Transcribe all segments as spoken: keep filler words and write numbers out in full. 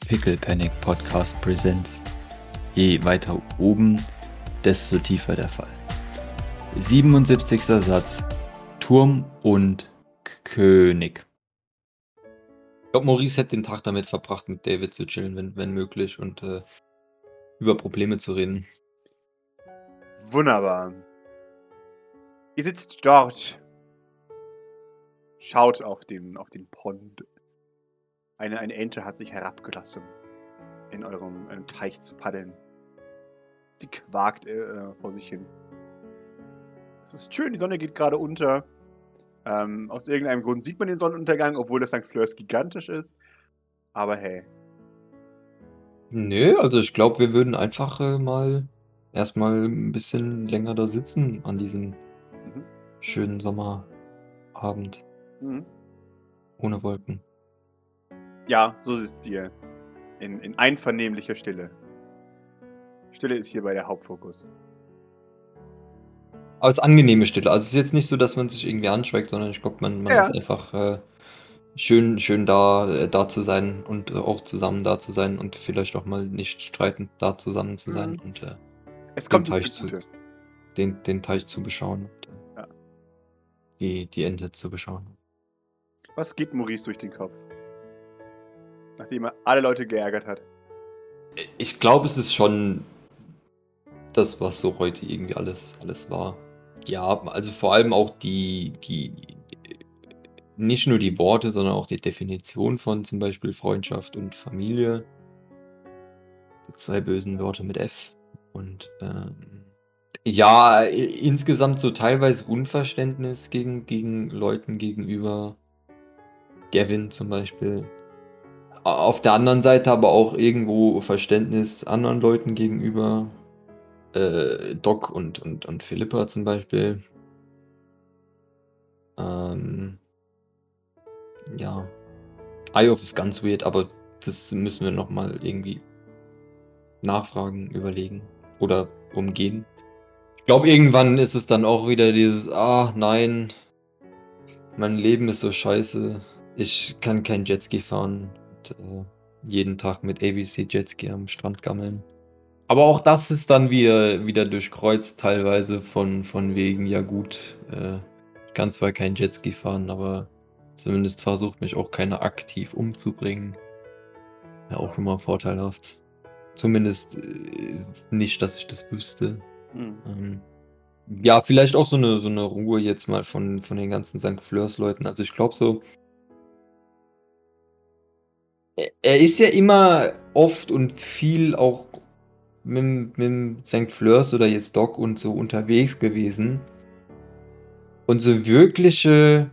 Pickle Panic Podcast Presents. Je weiter oben, desto tiefer der Fall. siebenundsiebzigster Satz. Turm und K- König. Ich glaube, Maurice hätte den Tag damit verbracht, mit David zu chillen, wenn, wenn möglich, und äh, über Probleme zu reden. Wunderbar. Ihr sitzt dort, schaut auf den, auf den Pond. Eine, eine Ente hat sich herabgelassen, in eurem einem Teich zu paddeln. Sie quakt äh, vor sich hin. Es ist schön, die Sonne geht gerade unter. Ähm, aus irgendeinem Grund sieht man den Sonnenuntergang, obwohl das Sankt Fleurs gigantisch ist. Aber hey. Nö, also ich glaube, wir würden einfach äh, mal erstmal ein bisschen länger da sitzen an diesem Mhm. schönen Sommerabend Mhm. ohne Wolken. Ja, so sitzt ihr. In, in einvernehmlicher Stille. Stille ist hierbei der Hauptfokus. Aber es ist angenehme Stille. Also es ist jetzt nicht so, dass man sich irgendwie anschweigt, sondern ich glaube, man, man Ja. ist einfach äh, schön, schön da, äh, da zu sein und äh, auch zusammen da zu sein und vielleicht auch mal nicht streitend da zusammen zu sein Mhm. und äh, Es den kommt dir Teich zu, zugute. den, den Teich zu beschauen und äh, Ja. die, die Ente zu beschauen. Was geht Maurice durch den Kopf? Nachdem er alle Leute geärgert hat. Ich glaube, es ist schon das, was so heute irgendwie alles, alles war. Ja, also vor allem auch die, die, nicht nur die Worte, sondern auch die Definition von zum Beispiel Freundschaft und Familie. Die zwei bösen Wörter mit F. Und ähm, ja, i- insgesamt so teilweise Unverständnis gegen, gegen Leuten gegenüber. Gavin zum Beispiel. A- Auf der anderen Seite aber auch irgendwo Verständnis anderen Leuten gegenüber. Äh, Doc und, und, und Philippa zum Beispiel. Ähm, ja. Iof ist ganz weird, aber das müssen wir nochmal irgendwie nachfragen, überlegen oder umgehen. Ich glaube, irgendwann ist es dann auch wieder dieses, ah nein, mein Leben ist so scheiße, ich kann kein Jetski fahren und äh, jeden Tag mit A B C Jetski am Strand gammeln. Aber auch das ist dann wieder, wieder durchkreuzt teilweise von, von wegen, ja gut, äh, ich kann zwar kein Jetski fahren, aber zumindest versucht mich auch keiner aktiv umzubringen. Ja, auch schon mal vorteilhaft. Zumindest äh, nicht, dass ich das wüsste. Hm. Ähm, ja, vielleicht auch so eine, so eine Ruhe jetzt mal von, von den ganzen Sankt Fleurs-Leuten. Also ich glaube so, er, er ist ja immer oft und viel auch mit, dem- mit dem Sankt Fleurs oder jetzt Doc und so unterwegs gewesen. Und so wirkliche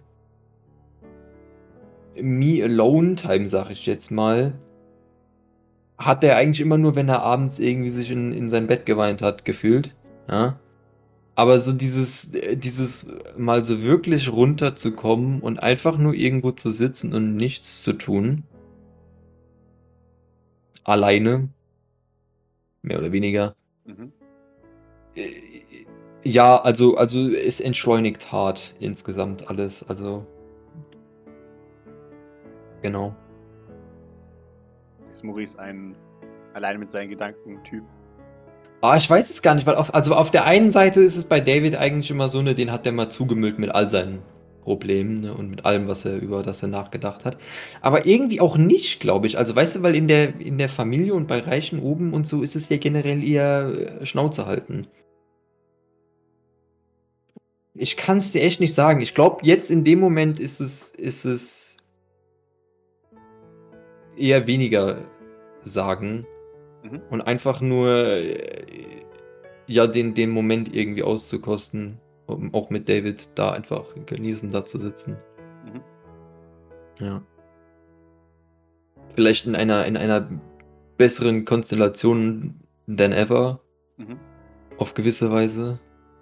Me-Alone-Time, sag ich jetzt mal, hat er eigentlich immer nur, wenn er abends irgendwie sich in, in sein Bett geweint hat, gefühlt. Ja. Aber so dieses, äh, dieses mal so wirklich runterzukommen und einfach nur irgendwo zu sitzen und nichts zu tun. Alleine. Mehr oder weniger. Mhm. Äh, Ja, also, also es entschleunigt hart insgesamt alles. Also. Genau. Ist Maurice ein allein mit seinen Gedanken Typ? Ah, ich weiß es gar nicht, weil auf, also auf der einen Seite ist es bei David eigentlich immer so, ne, den hat der mal zugemüllt mit all seinen Problemen, ne, und mit allem, was er über das er nachgedacht hat. Aber irgendwie auch nicht, glaube ich. Also weißt du, weil in der, in der Familie und bei Reichen oben und so ist es ja generell eher äh, Schnauze halten. Ich kann es dir echt nicht sagen. Ich glaube, jetzt in dem Moment ist es, ist es eher weniger sagen Mhm. und einfach nur äh, ja, den, den Moment irgendwie auszukosten, um auch mit David da einfach genießen, da zu sitzen. Mhm. Ja. Vielleicht in einer, in einer besseren Konstellation than ever, Mhm. auf gewisse Weise.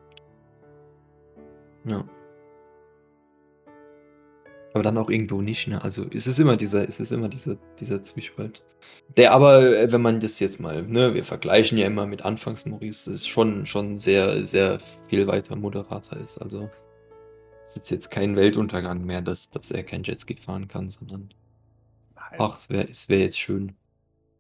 Ja. Aber dann auch irgendwo nicht, ne? Also es ist immer dieser, es ist immer dieser, dieser Zwiespalt. Der aber, äh, wenn man das jetzt mal, ne, wir vergleichen ja immer mit Anfangs Maurice, ist schon, schon sehr, sehr viel weiter moderater ist. Also es ist jetzt kein Weltuntergang mehr, dass, dass er kein Jetski fahren kann, sondern Nein. ach, es wäre es wär jetzt schön.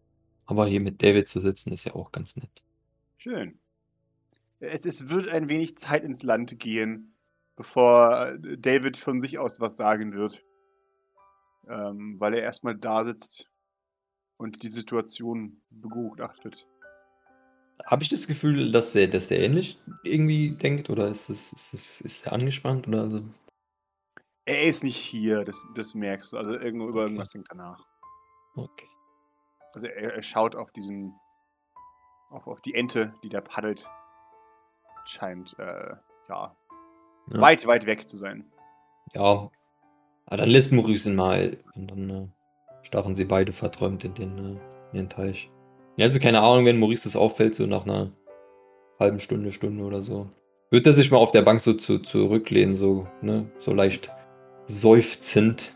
Aber hier mit David zu sitzen, ist ja auch ganz nett. Schön. Es es wird ein wenig Zeit ins Land gehen, bevor, äh, David von sich aus was sagen wird. Ähm, weil er erst mal da sitzt und die Situation begutachtet. Habe ich das Gefühl, dass der dass der ähnlich irgendwie denkt oder ist es ist es ist er angespannt oder so? Er ist nicht hier, das das merkst du. Also, irgendwo über Okay, irgendwas denkt er nach. okay. Also, er er schaut auf diesen auf auf die Ente, die da paddelt. Scheint, äh, ja, Ja, weit, weit weg zu sein. ja. Ah, dann lässt Maurice ihn mal und dann, äh, starren sie beide verträumt in den, äh in den Teich. Ja, also, keine Ahnung, wenn Maurice das auffällt, so nach 'ner halben Stunde, Stunde oder so, wird er sich mal auf der Bank so zu zurücklehnen, so, ne, so leicht seufzend.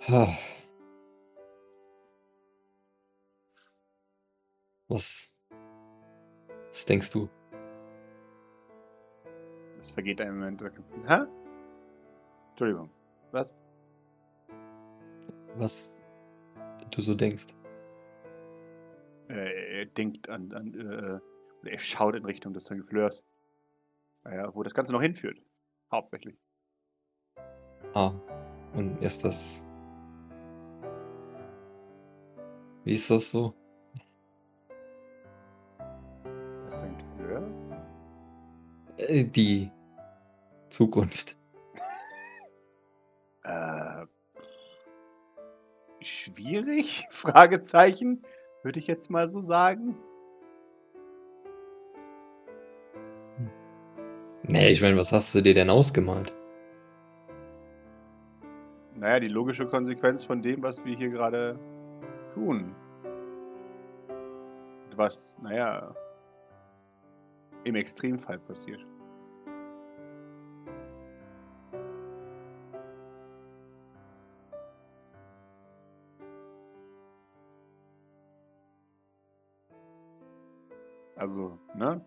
Was was denkst du? Es vergeht ein Moment. Hä? Entschuldigung, was? Was du so denkst? Äh, er denkt an an, äh oder er schaut in Richtung des Fleurs. Na ja, wo das Ganze noch hinführt, hauptsächlich. Ah, und ist das wie ist das so? Was Sankt Fleurs? Äh, die Zukunft. Äh schwierig? Fragezeichen, würde ich jetzt mal so sagen. Hm. Ne, ich meine, was hast du dir denn ausgemalt? Na ja, die logische Konsequenz von dem, was wir hier grade tun. Was, na ja im Extremfall passiert. Also, ne?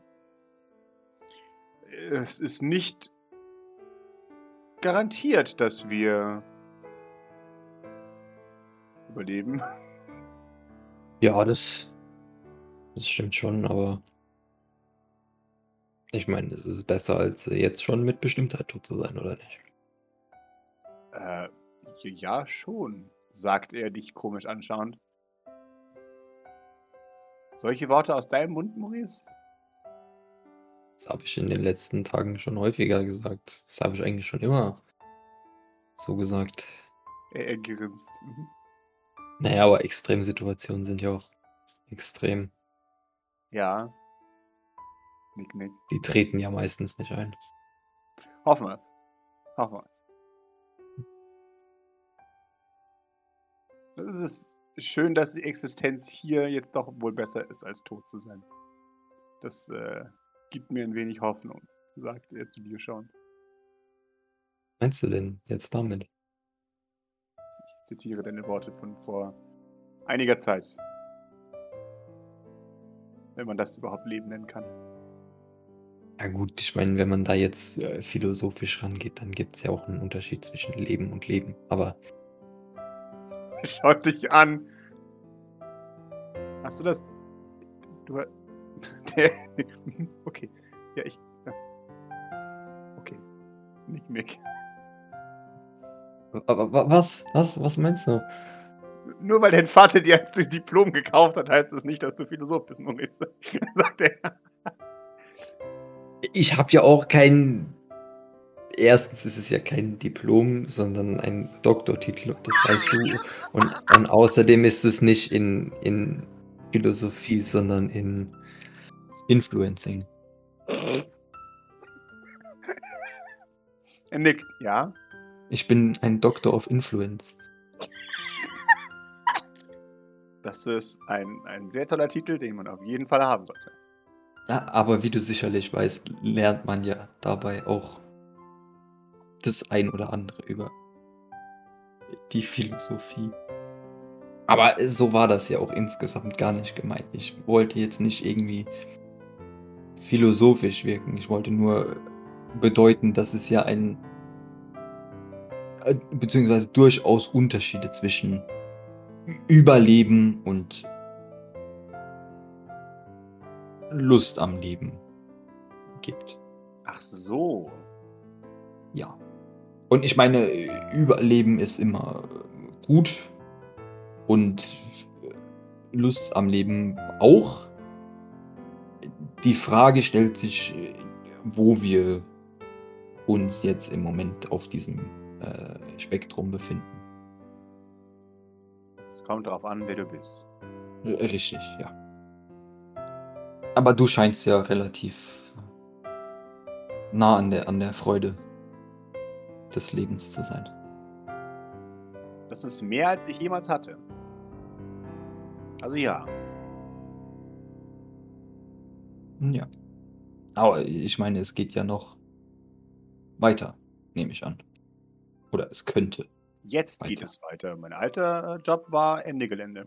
Es ist nicht garantiert, dass wir überleben. Ja, das das stimmt schon, aber ich meine, es ist besser, als jetzt schon mit Bestimmtheit tot zu sein, oder nicht? Äh, j ja schon, sagt er, dich komisch anschauend. Solche Worte aus deinem Mund, Maurice? Das habe ich in den letzten Tagen schon häufiger gesagt. Das habe ich eigentlich schon immer so gesagt. Er er grinst. Mhm. Na ja, aber Extremsituationen sind ja auch extrem. Ja. Nick, nick. Die treten ja meistens nicht ein. Hoffen wir's. Hoffen wir's. Es ist schön, dass die Existenz hier jetzt doch wohl besser ist, als tot zu sein. Das, äh, gibt mir ein wenig Hoffnung, sagt er zu dir schauend. Meinst du denn jetzt damit? Ich zitiere deine Worte von vor einiger Zeit. Wenn man das überhaupt Leben nennen kann. Ja gut, ich meine, wenn man da jetzt, äh, philosophisch rangeht, dann gibt's ja auch 'n Unterschied zwischen Leben und Leben, aber Er schaut dich an. Hast du das du ha der mhm, okay. Ja, ich ja. Okay. Nick, nick. W wa wa was? Was was meinst du? Nur weil dein Vater dir ein Diplom gekauft hat, heißt das nicht, dass du Philosoph bist, Maurice, sagt er. Ich habe ja auch kein erstens ist es ja kein Diplom, sondern ein Doktortitel, das weißt du. Und und außerdem ist es nicht in in Philosophie, sondern in Influencing. Er nickt, ja. Ich bin ein Doctor of Influence. Das ist ein ein sehr toller Titel, den man auf jeden Fall haben sollte. Ja, aber wie du sicherlich weißt, lernt man ja dabei auch das ein oder andere über die Philosophie. Aber so war das ja auch insgesamt gar nicht gemeint. Ich wollte jetzt nicht irgendwie philosophisch wirken. Ich wollte nur bedeuten, dass es ja ein äh, beziehungsweise durchaus Unterschiede zwischen Ü Überleben und Lust am Leben gibt. Ach so. Ja. Und ich meine, äh, Überleben ist immer äh, gut und äh, Lust am Leben auch. Die Frage stellt sich, äh, wo wir uns jetzt im Moment auf diesem äh, Spektrum befinden. Es kommt darauf an, wer du bist. Äh, Richtig, ja. Aber du scheinst ja relativ nah an der, an der Freude des Lebens zu sein. Das ist mehr, als ich jemals hatte. Also ja. Ja. Aber ich meine, es geht ja noch weiter, nehme ich an. Oder es könnte Jetzt geht weiter. es weiter. Mein alter äh, Job war Ende Gelände.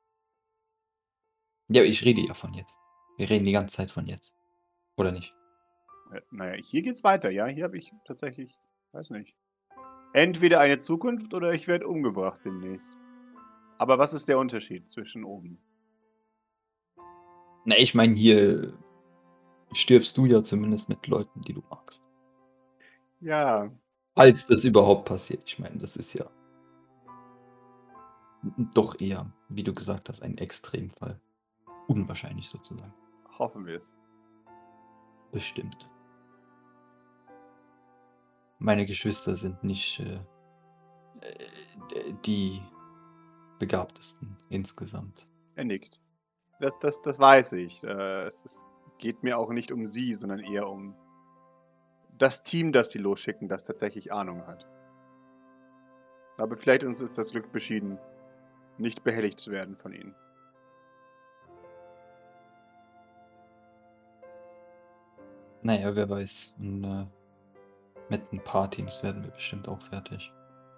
Ja, ich rede ja von jetzt. Wir reden die ganze Zeit von jetzt. Oder nicht? Äh, naja, hier geht's weiter, ja. Hier habe ich tatsächlich, weiß nicht. Entweder eine Zukunft oder ich werde umgebracht demnächst. Aber was ist der Unterschied zwischen oben? Na, ich meine, hier stirbst du ja zumindest mit Leuten, die du magst. Ja, Falls das überhaupt passiert. Ich meine, das ist ja doch eher, wie du gesagt hast, ein Extremfall. Unwahrscheinlich sozusagen. hoffen wir es. Bestimmt. Meine Geschwister sind nicht äh, äh, die begabtesten insgesamt. Er nickt. Das, das, das weiß ich. Äh, es ist, geht mir auch nicht um sie, sondern eher um das Team, das sie losschicken, das tatsächlich Ahnung hat. Aber vielleicht uns ist das Glück beschieden, nicht behelligt zu werden von ihnen. Naja, wer weiß. Und, äh, mit ein paar Teams werden wir bestimmt auch fertig.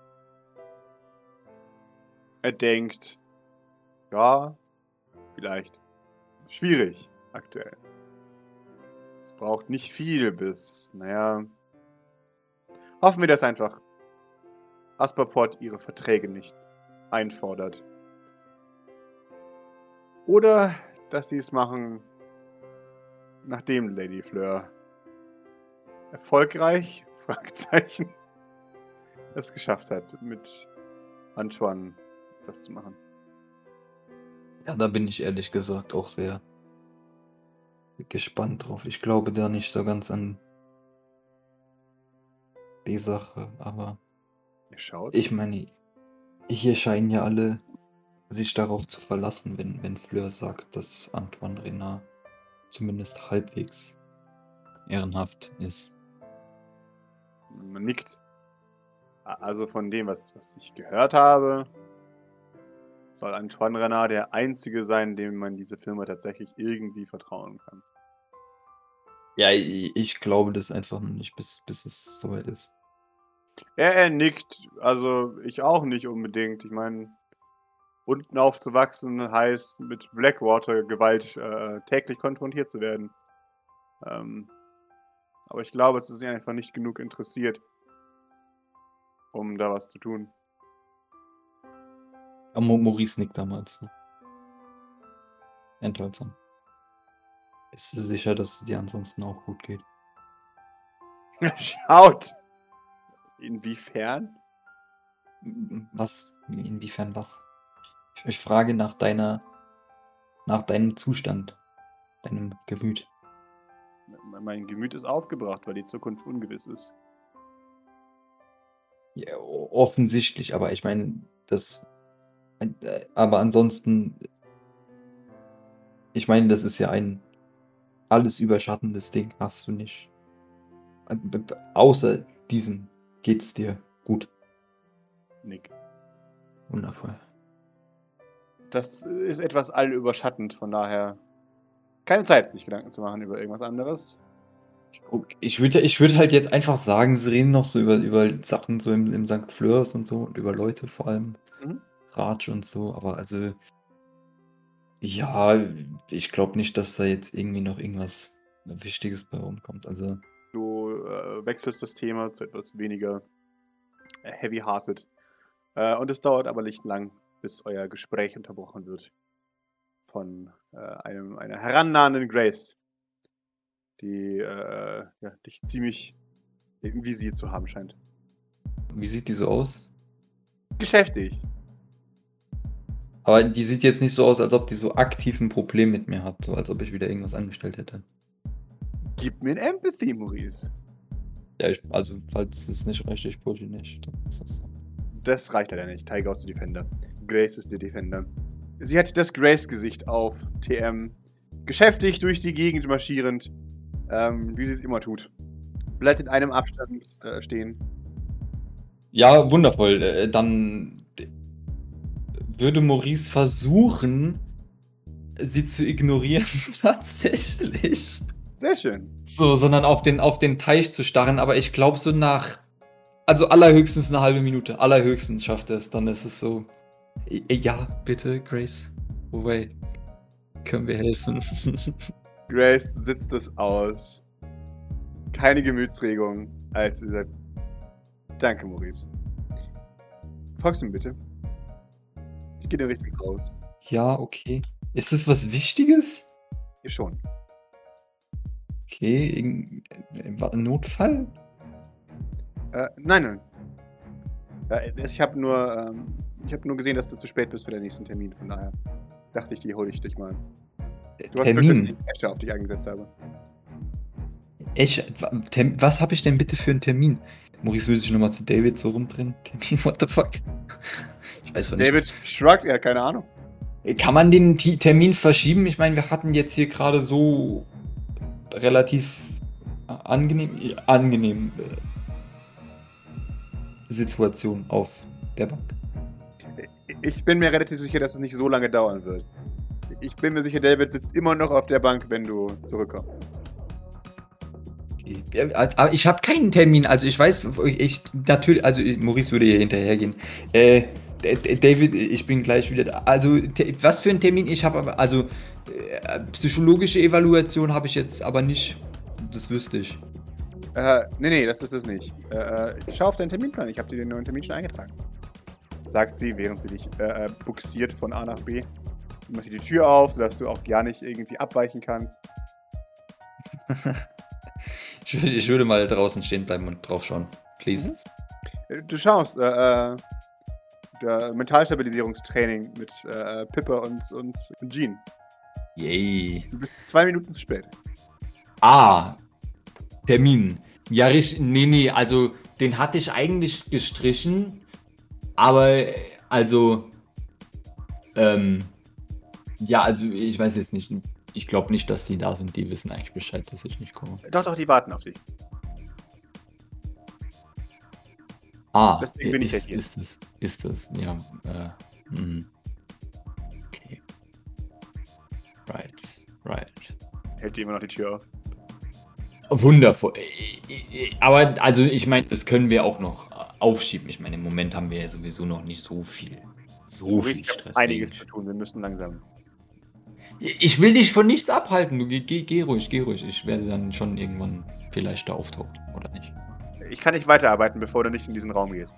Er denkt, ja, vielleicht schwierig aktuell. Es braucht nicht viel bis, naja, hoffen wir, dass einfach Asperport ihre Verträge nicht einfordert. Oder dass sie es machen, nachdem Lady Fleur erfolgreich, Fragezeichen, es geschafft hat, mit Antoine was zu machen. Ja, da bin ich ehrlich gesagt auch sehr gespannt drauf. Ich glaube da nicht so ganz an die Sache, aber Ihr schaut. ich meine, hier scheinen ja alle sich darauf zu verlassen, wenn, wenn Fleur sagt, dass Antoine Renard zumindest halbwegs ehrenhaft ist. Man nickt. A- Also von dem, was, was ich gehört habe, soll Antoine Renard der Einzige sein, dem man diese Firma tatsächlich irgendwie vertrauen kann. Ja, i- ich glaube das einfach noch nicht, bis, bis es soweit ist. Er, er nickt. Also ich auch nicht unbedingt. Ich meine, unten aufzuwachsen heißt, mit Blackwater-Gewalt äh, täglich konfrontiert zu werden. Ähm, aber ich glaube, es ist ihn einfach nicht genug interessiert, um da was zu tun. Aber Mo- Maurice nickt da mal zu. Enthaltsam. Ist du sicher, dass es dir ansonsten auch gut geht? Schaut! Inwiefern? Was? Inwiefern was? Ich, ich frage nach deiner, nach deinem Zustand, deinem Gemüt. Mein Gemüt ist aufgebracht, weil die Zukunft ungewiss ist. Ja, o- offensichtlich, aber ich meine, das. äh, Aber ansonsten, ich meine, das ist ja ein alles überschattendes Ding, hast du nicht. Äh, b- b- Außer diesem geht's dir gut. Nick. Wundervoll. Das ist etwas allüberschattend, von daher keine Zeit, sich Gedanken zu machen über irgendwas anderes. Okay, Ich würde ich würd halt jetzt einfach sagen, sie reden noch so über, über Sachen so im, im Sankt Fleurs und so und über Leute vor allem. Mhm. Ratsch und so, aber also, ja, ich glaube nicht, dass da jetzt irgendwie noch irgendwas Wichtiges bei rumkommt. Also, Du äh, wechselst das Thema zu etwas weniger äh, heavy-hearted. Äh, und es dauert aber nicht lang, bis euer Gespräch unterbrochen wird von äh, einem, einer herannahenden Grace, die äh, ja, dich ziemlich im Visier zu haben scheint. Wie sieht die so aus? Geschäftig. Aber die sieht jetzt nicht so aus, als ob die so aktiv ein Problem mit mir hat, so als ob ich wieder irgendwas angestellt hätte. Gib mir ein Empathy, Maurice. Ja, ich, also falls es nicht reicht, ich push ihn nicht. Dann ist das so. Das reicht leider nicht. Tiger ist der Defender. Grace ist der Defender. Sie hat das Grace-Gesicht auf T M. Geschäftig durch die Gegend marschierend, ähm, wie sie es immer tut. Bleibt in einem Abstand äh, stehen. Ja, wundervoll. Äh, Dann d- würde Maurice versuchen, sie zu ignorieren, tatsächlich. Sehr schön. So, sondern auf den, auf den Teich zu starren, aber ich glaube so nach, also allerhöchstens eine halbe Minute, allerhöchstens schafft er es, dann ist es so, "I- ja, bitte, Grace, wobei, können wir helfen?" Grace sitzt es aus. Keine Gemütsregung, als sie sagt, danke, Maurice. Folgst du mir bitte? Ich gehe in Richtung raus. Ja, okay. Ist es was Wichtiges? Ihr schon. Okay, irgend- äh, war ein Notfall? Äh, nein, nein. Äh, ich habe nur, ähm, ich habe nur gesehen, dass du zu spät bist für den nächsten Termin. Von daher dachte ich, die hole ich dich mal. Du hast Glück, dass ich Termin. die Esche auf dich eingesetzt habe. Ich, wa- Term- was habe ich denn bitte für einen Termin? Maurice will sich nochmal zu David so rumdrehen. Termin, what the fuck? Ich weiß zwar David nicht. shrugged, ja, keine Ahnung. Kann man den Ti- Termin verschieben? Ich meine, wir hatten jetzt hier gerade so relativ äh, angenehm, äh, angenehm äh, Situation auf der Bank. Ich bin mir relativ sicher, dass es nicht so lange dauern wird. Ich bin mir sicher, David sitzt immer noch auf der Bank, wenn du zurückkommst. Okay. Ja, aber ich habe keinen Termin, also ich weiß, ich natürlich, also Maurice würde hier hinterhergehen. Äh, D- D- David, ich bin gleich wieder da. Also, te- was für ein Termin? Ich habe aber, also äh, psychologische Evaluation habe ich jetzt aber nicht, das wüsste ich. Äh, nee, nee, das ist es nicht. Äh, äh, schau auf deinen Terminplan, ich habe dir den neuen Termin schon eingetragen. Sagt sie, während sie dich äh, äh, buxiert von A nach B. Du machst dir die Tür auf, sodass du auch gar nicht irgendwie abweichen kannst. Ich, würde- ich würde mal draußen stehen bleiben und drauf schauen. Please. Mhm. Äh, Du schaust, äh, äh, der Mentalstabilisierungstraining mit äh, Pippa und, und Jean. Yay. Du bist zwei Minuten zu spät. Ah, Termin. Ja, richtig. Nee, nee, also den hatte ich eigentlich gestrichen, aber äh, also, ähm, ja, also ich weiß jetzt nicht, ich glaube nicht, dass die da sind, die wissen eigentlich Bescheid, dass ich nicht komme. Doch, doch, die warten auf dich. Ah, Deswegen bin ich ja ist, hier. ist es, ist es, ja, äh, hm. Okay. Right, right. Hält dir immer noch die Tür auf. Wundervoll. Aber also ich meine, das können wir auch noch aufschieben. Ich meine, im Moment haben wir ja sowieso noch nicht so viel. So Maurice, viel ich habe Stress. einiges zu tun, wir müssen langsam. Ich will dich von nichts abhalten. Du geh, geh, geh ruhig, geh ruhig. Ich werde dann schon irgendwann vielleicht da auftauchen, oder nicht? Ich kann nicht weiterarbeiten, bevor du nicht in diesen Raum gehst.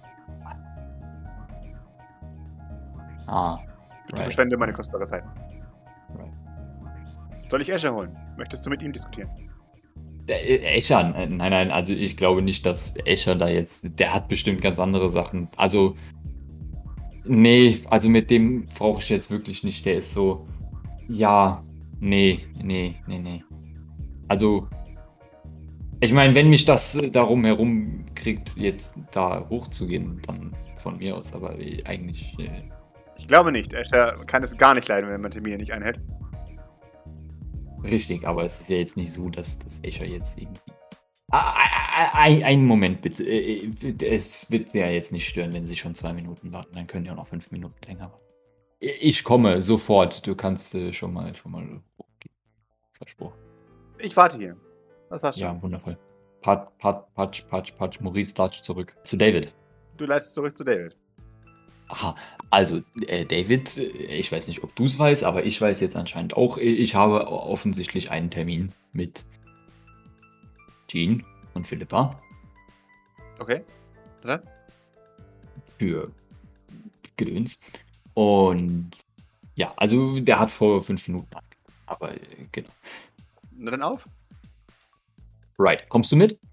Ah. Ich Right. verschwende meine kostbare Zeit. Right. Soll ich Escher holen? Möchtest du mit ihm diskutieren? Der, äh, Escher, äh, nein, nein, also ich glaube nicht, dass Escher da jetzt, der hat bestimmt ganz andere Sachen. Also, nee, also mit dem brauche ich jetzt wirklich nicht. Der ist so, ja, nee, nee, nee, nee. Also, ich meine, wenn mich das äh, darum herum kriegt, jetzt da hochzugehen, dann von mir aus, aber äh, eigentlich, äh, Ich glaube nicht. Escher kann es gar nicht leiden, wenn man Termine nicht einhält. richtig, aber es ist ja jetzt nicht so, dass das Escher jetzt irgendwie. Ah, ah, ah, ein- Einen Moment bitte. Äh, äh, Es wird sie ja jetzt nicht stören, wenn sie schon zwei Minuten warten. Dann können die auch noch fünf Minuten länger warten. Ich komme sofort. Du kannst äh, schon mal schon mal hochgehen. Versprochen. Ich warte hier. Das passt schon. Ja, wundervoll. Pat, pat, patsch, patsch, patsch. Maurice latscht zurück. Zu David. Du leitest zurück zu David. Aha, also äh, David, äh, ich weiß nicht, ob du es weißt, aber ich weiß jetzt anscheinend auch, äh, ich habe offensichtlich einen Termin mit Jean und Philippa Okay. Dann? für Gedöns. Und Ja, also der hat vor fünf Minuten angefangen. Aber äh, genau. Na dann auf. Right. Kommst du mit?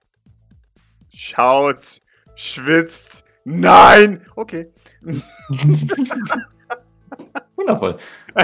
Schaut, schwitzt. Nein! Okay. Wundervoll.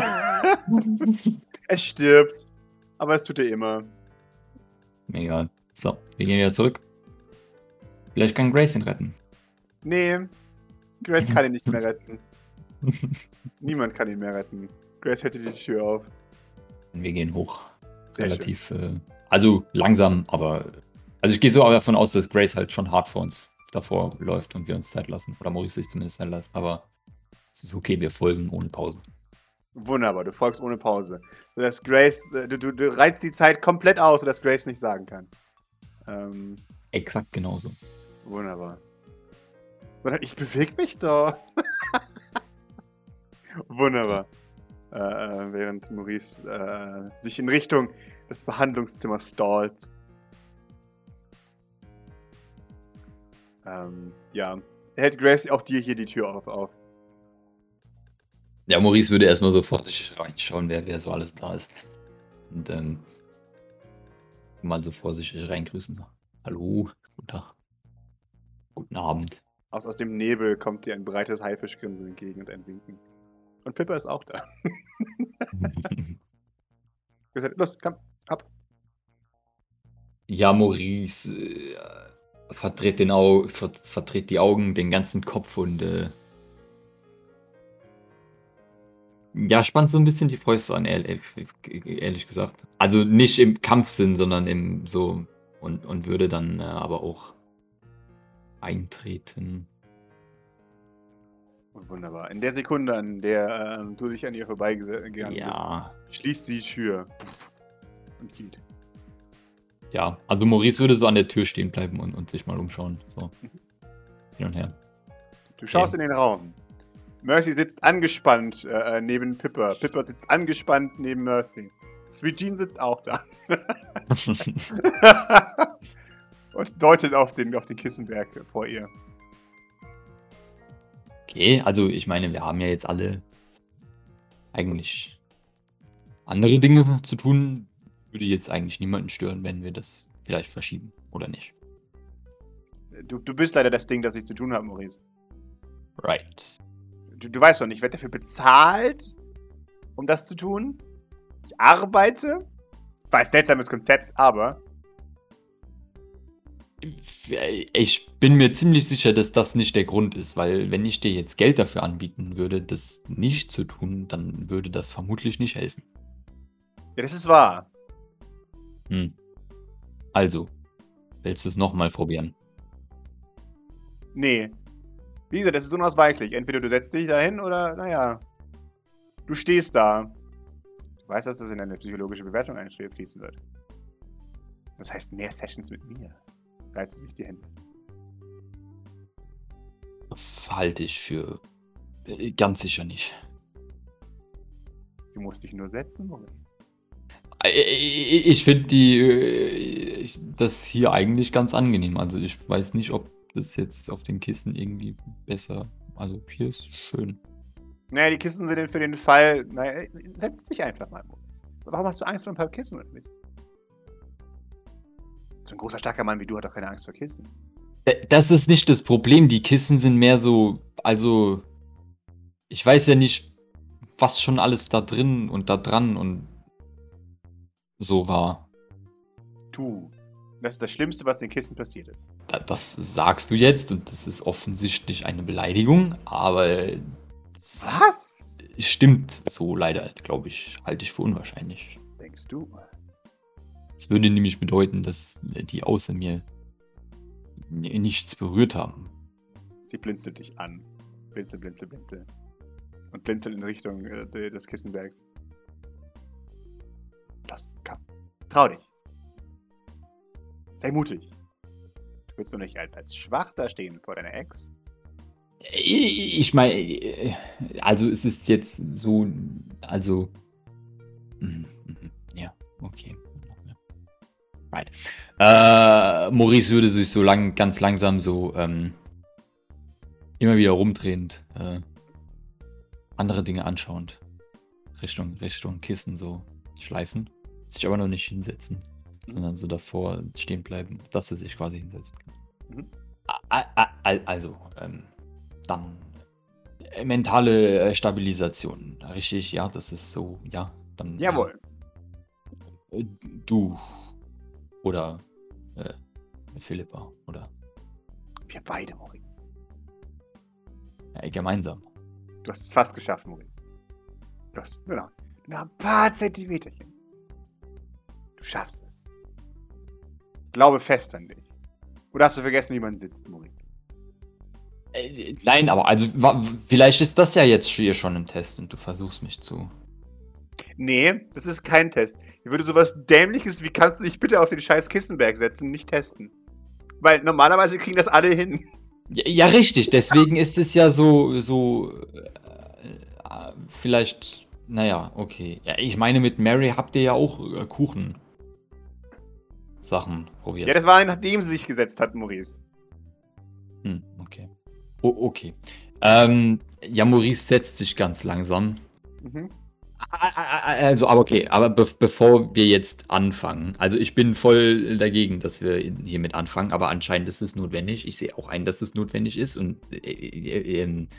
Es stirbt. Aber es tut er immer. Egal. So, wir gehen wieder zurück. Vielleicht kann Grace ihn retten. Nee. Grace kann ihn nicht mehr retten. Niemand kann ihn mehr retten. Grace hätte die Tür auf. Wir gehen hoch. Sehr Relativ, äh, also langsam, aber. Also ich gehe so davon aus, dass Grace halt schon hart vor uns davor läuft und wir uns Zeit lassen. Oder Maurice sich zumindest Zeit lässt. Aber es ist okay, wir folgen ohne Pause. Wunderbar, du folgst ohne Pause. Sodass Grace, äh, du, du, du reizt die Zeit komplett aus, sodass Grace nicht sagen kann. Ähm, Exakt genauso. wunderbar. Sondern ich bewege mich doch. Wunderbar. Äh, äh, während Maurice äh, sich in Richtung des Behandlungszimmers stallt. Ähm, ja. Hält Grace auch dir hier die Tür auf? auf. Ja, Maurice würde erstmal so vor sich reinschauen, wer, wer so alles da ist. Und ähm, mal so vor sich reingrüßen. Hallo, guten Tag. Guten Abend. Aus, aus dem Nebel kommt dir ein breites Haifischgrinsen entgegen und ein Winken. Und Pippa ist auch da. Gesagt, los, komm, ab. Ja, Maurice äh, verdreht, den Au ver verdreht die Augen, den ganzen Kopf und äh, ja, spannt so ein bisschen die Fäuste an, ehrlich, ehrlich gesagt. Also nicht im Kampfsinn, sondern im so und, und würde dann äh, aber auch eintreten. Wunderbar. In der Sekunde, an der äh, du dich an ihr vorbeigegangen Ja. bist, schließt sie die Tür und geht. Ja, also Maurice würde so an der Tür stehen bleiben und, und sich mal umschauen. So. Hin und her. Du schaust Okay. in den Raum. Mercy sitzt angespannt äh, neben Pippa. Pippa sitzt angespannt neben Mercy. Sweet Jean sitzt auch da. Und deutet auf den, auf den Kissenberg vor ihr. Okay, also ich meine, wir haben ja jetzt alle eigentlich andere Dinge zu tun. Würde jetzt eigentlich niemanden stören, wenn wir das vielleicht verschieben, oder nicht? Du, du bist leider das Ding, das ich zu tun habe, Maurice. Right. Du, du weißt doch nicht, ich werde dafür bezahlt, um das zu tun. Ich arbeite. Weiß, seltsames Konzept, aber... Ich bin mir ziemlich sicher, dass das nicht der Grund ist, weil wenn ich dir jetzt Geld dafür anbieten würde, das nicht zu tun, dann würde das vermutlich nicht helfen. Ja, das ist wahr. Hm. Also, willst du es nochmal probieren? Nee. Wie gesagt, das ist unausweichlich. Entweder du setzt dich dahin oder, naja, du stehst da. Du weißt, dass das in eine psychologische Bewertung einfließen wird. Das heißt, mehr Sessions mit mir. Reibt sie sich die Hände. Das halte ich für äh, ganz sicher nicht. Sie muss dich nur setzen, Moment. Ich finde die äh, das hier eigentlich ganz angenehm. Also ich weiß nicht, ob das jetzt auf den Kissen irgendwie besser. Also hier ist schön. Naja, die Kissen sind für den Fall. Naja, setz dich einfach mal, Moritz. Warum hast du Angst vor ein paar Kissen? So ein großer, starker Mann wie du hat doch keine Angst vor Kissen. Das ist nicht das Problem. Die Kissen sind mehr so. Also. Ich weiß ja nicht, was schon alles da drin und da dran und so war. Du. Das ist das Schlimmste, was den Kissen passiert ist. Das sagst du jetzt und das ist offensichtlich eine Beleidigung, aber. Das Was? Stimmt so leider, glaube ich. Halte ich für unwahrscheinlich. Denkst du? Das würde nämlich bedeuten, dass die außer mir nichts berührt haben. Sie blinzelt dich an. Blinzel, blinzel, blinzel. Und blinzelt in Richtung äh, des Kissenbergs. Los, komm. Trau dich. Sei mutig. Du willst doch nicht als, als schwach da stehen vor deiner Ex. Ich meine, also es ist jetzt so, also, ja, okay. Right. Äh, Maurice würde sich so lang, ganz langsam so ähm, immer wieder rumdrehend, äh, andere Dinge anschauend, Richtung, Richtung Kissen so schleifen. Sich aber noch nicht hinsetzen, Mhm. sondern so davor stehen bleiben, dass er sich quasi hinsetzen kann. Mhm. A- a- a- Also, ähm, dann äh, mentale äh, Stabilisation. Richtig, ja, das ist so, ja, dann. Jawohl. Äh, du. Oder äh, Philippa. Oder Wir beide, Maurice. äh, gemeinsam. Du hast es fast geschafft, Maurice. Du hast nur noch, nur noch ein paar Zentimeterchen. Du schaffst es. Glaube fest an dich. Oder hast du vergessen, wie man sitzt, Maurice? Äh, nein, aber also wa- vielleicht ist das ja jetzt hier schon ein Test und du versuchst mich zu. Nee, das ist kein Test. Ich würde sowas Dämliches wie kannst du dich bitte auf den scheiß Kissenberg setzen, nicht testen. Weil normalerweise kriegen das alle hin. Ja, ja, richtig. Deswegen ist es ja so, so äh, äh, vielleicht, naja, okay. Ja, ich meine, mit Mary habt ihr ja auch äh, Kuchen Sachen probiert. Ja, das war nachdem sie sich gesetzt hat, Maurice. Hm, okay. Oh, okay. Ähm, ja, Maurice setzt sich ganz langsam. Mhm. Also, aber okay, aber be bevor wir jetzt anfangen, also ich bin voll dagegen, dass wir hiermit anfangen, aber anscheinend ist es notwendig. Ich sehe auch ein, dass es notwendig ist und äh, äh, ähm,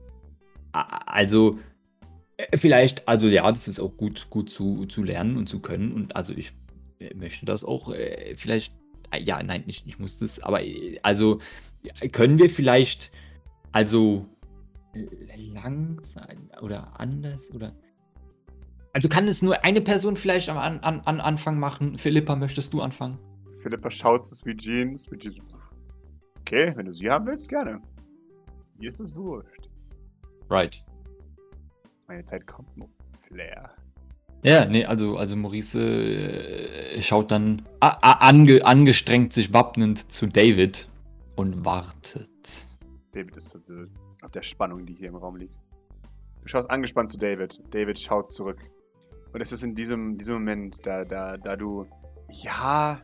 also äh, vielleicht, also ja, das ist auch gut, gut zu, zu lernen und zu können und also ich äh, möchte das auch äh, vielleicht, äh, ja, nein, ich, ich muss das, aber äh, also können wir vielleicht, also äh, langsam oder anders oder also kann es nur eine Person vielleicht am an, an, an Anfang machen? Philippa, möchtest du anfangen? Philippa schaut zu Sweet Jean. Sweet Jean. Okay, wenn du sie haben willst, gerne. Mir ist es wurscht. Right. Meine Zeit kommt noch. Flair. Ja, nee, also, also Maurice äh, schaut dann a, a, ange, angestrengt sich wappnend zu David und wartet. David ist verwirrt. Auf der Spannung, die hier im Raum liegt. Du schaust angespannt zu David. David schaut zurück. Und es ist in diesem, diesem Moment, da, da, da du, ja,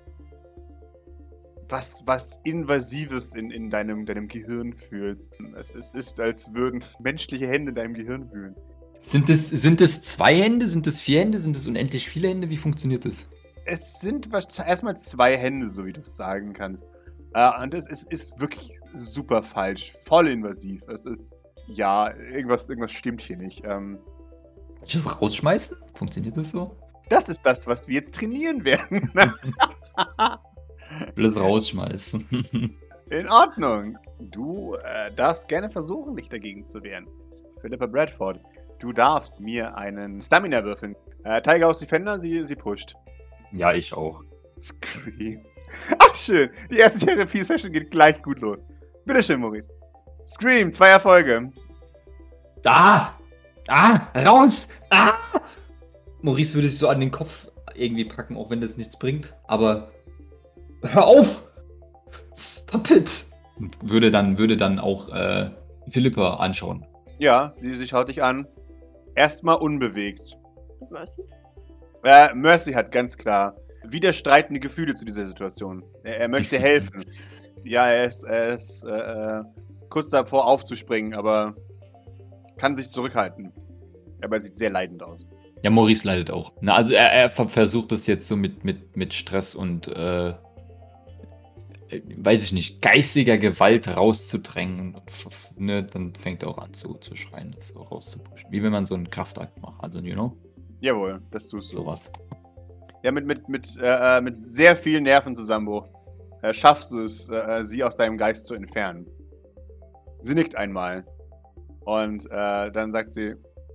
was, was Invasives in, in deinem, deinem Gehirn fühlst. Es, es ist, als würden menschliche Hände in deinem Gehirn wühlen. Sind es, sind es zwei Hände? Sind es vier Hände? Sind es unendlich viele Hände? Wie funktioniert das? Es sind erstmal zwei Hände, so wie du es sagen kannst. Äh, und es, es ist wirklich super falsch. Voll invasiv. Es ist, ja, irgendwas, irgendwas stimmt hier nicht. Ähm, Kann ich das rausschmeißen? Funktioniert das so? das ist das, was wir jetzt trainieren werden. Ich will es rausschmeißen. In Ordnung. Du äh, darfst gerne versuchen, dich dagegen zu wehren. Philippa Bradford, du darfst mir einen Stamina würfeln. Äh, Tiger aus Defender, sie, sie pusht. Ja, ich auch. Scream. Ach, schön. Die erste Therapie-Session geht gleich gut los. Bitteschön, Maurice. Scream, zwei Erfolge. Ah! Ah! Raus! Ah! Maurice würde sich so an den Kopf irgendwie packen, auch wenn das nichts bringt. Aber hör auf! Stop it! Und würde dann, würde dann auch äh, Philippa anschauen. Ja, sie, sie schaut dich an. Erstmal unbewegt. Mercy? Äh, Mercy hat ganz klar widerstreitende Gefühle zu dieser Situation. Er, er möchte helfen. Ja, er ist, er ist äh, äh, kurz davor aufzuspringen, aber kann sich zurückhalten. Aber er sieht sehr leidend aus. Ja, Maurice leidet auch. Na, also er, er ver- versucht es jetzt so mit, mit, mit Stress und äh, äh, weiß ich nicht, geistiger Gewalt rauszudrängen. Und f- f- ne, dann fängt er auch an zu, zu schreien, das so rauszupushen. Wie wenn man so einen Kraftakt macht. Also, you know? Jawohl, das tust du. Sowas. Ja, mit, mit, mit, äh, mit sehr viel Nervenzusammenbruch äh, schaffst du es, äh, sie aus deinem Geist zu entfernen. Sie nickt einmal. Und äh, dann sagt sie,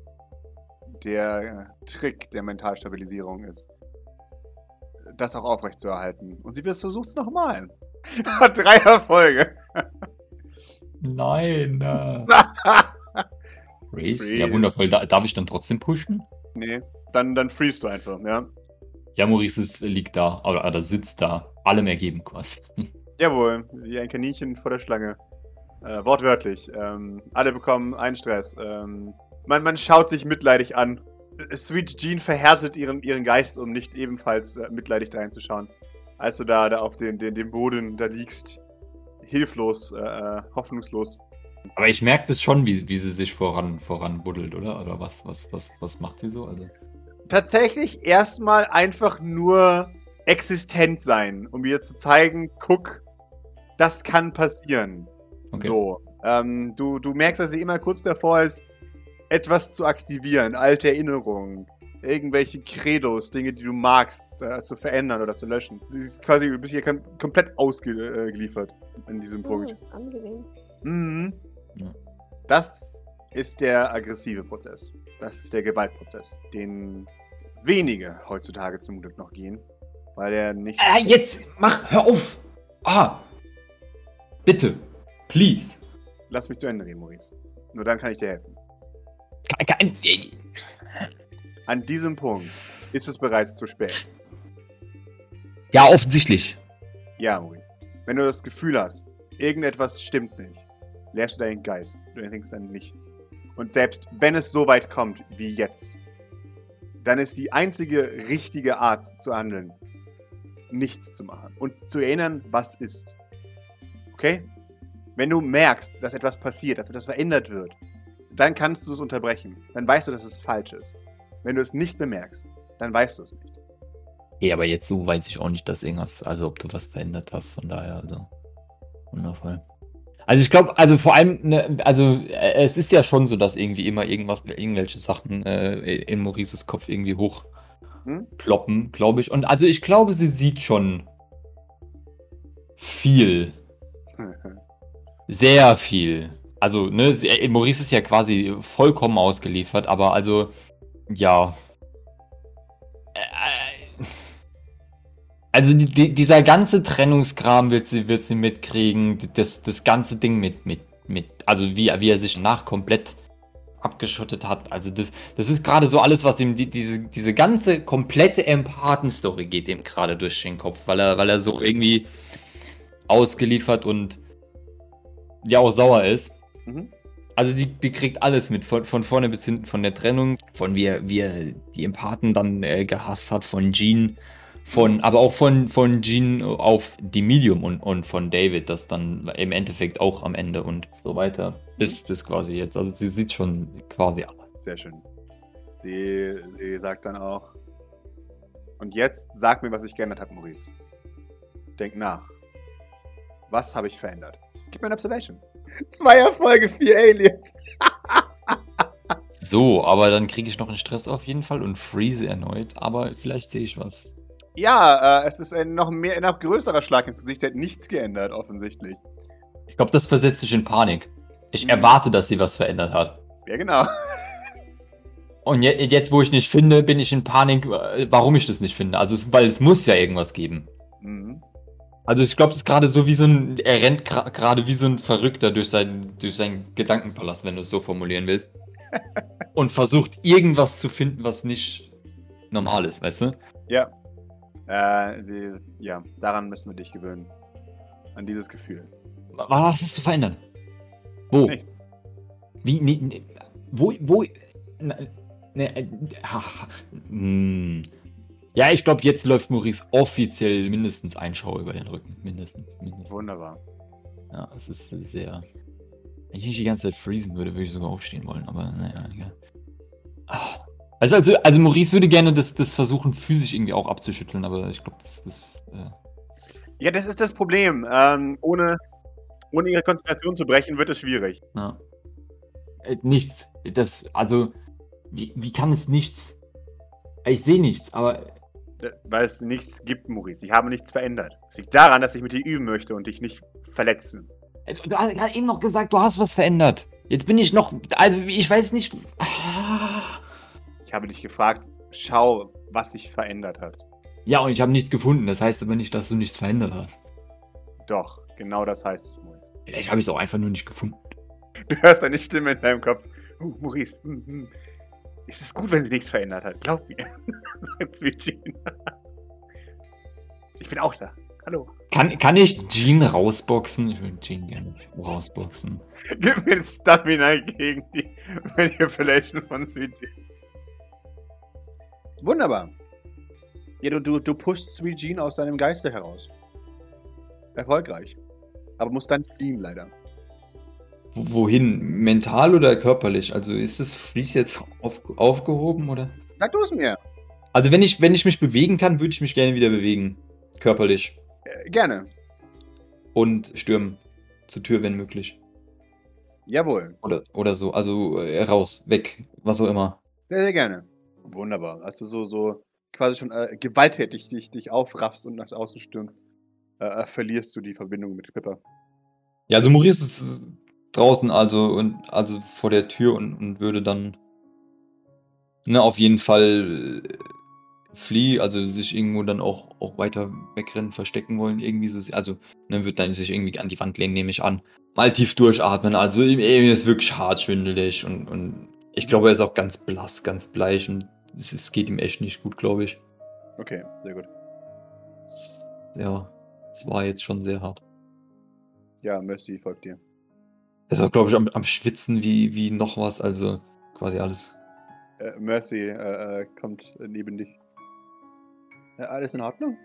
der äh, Trick der Mentalstabilisierung ist, das auch aufrechtzuerhalten. Und sie versucht es nochmal. Hat drei Erfolge. Nein. Äh. Freeze? Ja, Freeze. wundervoll. Da, darf ich dann trotzdem pushen? Nee, dann, dann freest du einfach, ja. Ja, Maurice ist, liegt da, oder, oder sitzt da. Allem ergeben quasi. Jawohl, wie ein Kaninchen vor der Schlange. Äh, wortwörtlich. Ähm, alle bekommen einen Stress. Ähm, man, man schaut sich mitleidig an. Sweet Jean verhärtet ihren, ihren Geist, um nicht ebenfalls äh, mitleidig reinzuschauen. Als du da, da auf den, den, dem Boden da liegst, hilflos, äh, hoffnungslos, Aber ich merke das schon, wie, wie sie sich voran, voran buddelt, oder? Oder was, was, was, was macht sie so? Also, Tatsächlich erstmal einfach nur existent sein, um ihr zu zeigen, guck, das kann passieren. okay. So. Ähm, du, du merkst, dass sie immer kurz davor ist, etwas zu aktivieren, alte Erinnerungen, irgendwelche Credos, Dinge, die du magst, äh, zu verändern oder zu löschen. Sie ist quasi, du bist hier kom komplett ausgeliefert an diesem Punkt. Hm, angenehm. Mhm. Ja. Das ist der aggressive Prozess. Das ist der Gewaltprozess, den wenige heutzutage zum Glück noch gehen, weil er nicht... Äh, jetzt mach, hör auf! Ah! Bitte! Please! Lass mich zu Ende reden, Maurice. Nur dann kann ich dir helfen. Kein, kein, äh, An diesem Punkt ist es bereits zu spät. ja, offensichtlich. Ja, Maurice. Wenn du das Gefühl hast, irgendetwas stimmt nicht, lehrst du deinen Geist. Du denkst an nichts. Und selbst wenn es so weit kommt wie jetzt, dann ist die einzige richtige Art zu handeln, nichts zu machen und zu erinnern, was ist. Okay? Wenn du merkst, dass etwas passiert, dass etwas verändert wird, dann kannst du es unterbrechen. Dann weißt du, dass es falsch ist. Wenn du es nicht bemerkst, dann weißt du es nicht. Okay, aber jetzt so weiß ich auch nicht, dass irgendwas, also ob du was verändert hast, von daher, also wundervoll. Also ich glaube, also vor allem, ne, also äh, es ist ja schon so, dass irgendwie immer irgendwas, irgendwelche Sachen äh, in Maurices Kopf irgendwie hochploppen, Hm? glaube ich. Und also ich glaube, sie sieht schon viel, sehr viel. Also, ne, sie, äh, Maurice ist ja quasi vollkommen ausgeliefert, aber also, ja. Äh, Also die, die, dieser ganze Trennungskram wird sie, wird sie mitkriegen, das, das ganze Ding mit, mit, mit, also wie, wie er sich nach komplett abgeschottet hat. Also das, das ist gerade so alles, was ihm, die, diese, diese ganze komplette Empathen-Story geht ihm gerade durch den Kopf, weil er, weil er so irgendwie ausgeliefert und ja auch sauer ist. Mhm. Also die, die kriegt alles mit, von, von vorne bis hinten, von der Trennung, von wie er, wie er die Empathen dann äh, gehasst hat, von Jean, von, aber auch von, von Jean auf die Medium und, und von David, das dann im Endeffekt auch am Ende und so weiter, bis, bis quasi jetzt. Also sie sieht schon quasi alles. Sehr schön. Sie, sie sagt dann auch, und jetzt sag mir, was sich geändert hat, Maurice. Denk nach. Was habe ich verändert? Gib mir eine Observation. Zwei Erfolge, vier Aliens. So, aber dann kriege ich noch einen Stress auf jeden Fall und freeze erneut, aber vielleicht sehe ich was. Ja, äh, es ist ein noch mehr, noch größerer Schlag ins Gesicht. Er hat nichts geändert, offensichtlich. Ich glaube, das versetzt dich in Panik. Ich Mhm. erwarte, dass sie was verändert hat. Ja, genau. Und je, jetzt, wo ich nicht finde, bin ich in Panik, äh, warum ich das nicht finde. Also, es, weil es muss ja irgendwas geben. Mhm. Also, ich glaube, es ist gerade so wie so ein, er rennt gra- gerade wie so ein Verrückter durch, sein, durch seinen Gedankenpalast, wenn du es so formulieren willst. Und versucht, irgendwas zu finden, was nicht normal ist, weißt du? Ja. Äh, sie, ja, daran müssen wir dich gewöhnen. An dieses Gefühl. Was hast du verändert? Wo? Nichts. Wie? Nee, nee, wo? Wo? Na, ne, äh, ach, hm. Ja, ich glaube, jetzt läuft Maurice offiziell mindestens ein Schau über den Rücken. Mindestens. mindestens. Wunderbar. Ja, es ist sehr. Wenn ich nicht die ganze Zeit freezen würde, würde ich sogar aufstehen wollen, aber naja, egal. Ah. Also, also, also Maurice würde gerne das, das versuchen, physisch irgendwie auch abzuschütteln, aber ich glaube, das. das äh, Ja, das ist das Problem. Ähm, ohne, ohne ihre Konzentration zu brechen, wird es schwierig. ja. Äh, nichts. Das, also, wie, wie kann es nichts? Ich sehe nichts, aber. Äh, Weil es nichts gibt, Maurice. Ich habe nichts verändert. Es liegt daran, dass ich mit dir üben möchte und dich nicht verletzen. Äh, Du hast gerade eben noch gesagt, du hast was verändert. Jetzt bin ich noch. Also, ich weiß nicht. Ich habe dich gefragt, schau, was sich verändert hat. Ja, und ich habe nichts gefunden. Das heißt aber nicht, dass du nichts verändert hast. Doch, genau das heißt es, Maurice. Vielleicht habe ich es auch einfach nur nicht gefunden. Du hörst eine Stimme in deinem Kopf. Uh, Maurice, hm, hm. Es ist gut, wenn sie nichts verändert hat. Glaub mir. Sagt Sweet Jean. Ich bin auch da. Hallo. Kann, kann ich Jean rausboxen? Ich würde Jean gerne rausboxen. Gib mir Stamina gegen die Manipulation von Sweet Jean. Wunderbar. Ja, du, du, du pushst Sweet Jean aus deinem Geiste heraus. Erfolgreich. Aber musst dann fliehen, leider. Wohin? Mental oder körperlich? Also ist das Vlies jetzt auf, aufgehoben oder? Sag du es mir. Also wenn ich, wenn ich mich bewegen kann, würde ich mich gerne wieder bewegen. Körperlich. Äh, gerne. Und stürmen. Zur Tür, wenn möglich. Jawohl. Oder, oder so. Also äh, raus, weg, was auch immer. Sehr, sehr gerne. Wunderbar. Als du so, so quasi schon äh, gewalttätig dich, dich aufraffst und nach außen stürmst, äh, äh, verlierst du die Verbindung mit Pippa. Ja, also Maurice ist draußen, also und also vor der Tür und, und würde dann ne, auf jeden Fall äh, fliehen, also sich irgendwo dann auch, auch weiter wegrennen, verstecken wollen, irgendwie so. Also, ne, wird dann sich irgendwie an die Wand lehnen, nehme ich an. Mal tief durchatmen. Also ihm, ihm ist wirklich hart schwindelig und, und ich Mhm. glaube, er ist auch ganz blass, ganz bleich und es, es geht ihm echt nicht gut, glaube ich. Okay, sehr gut. Es- Ja, es war jetzt schon sehr hart. Ja, Mercy folgt dir. Er ist auch, glaube ich, am, am Schwitzen wie, wie noch was, also quasi alles. Äh, Mercy äh, äh, kommt äh, neben dich. Äh, alles in Ordnung?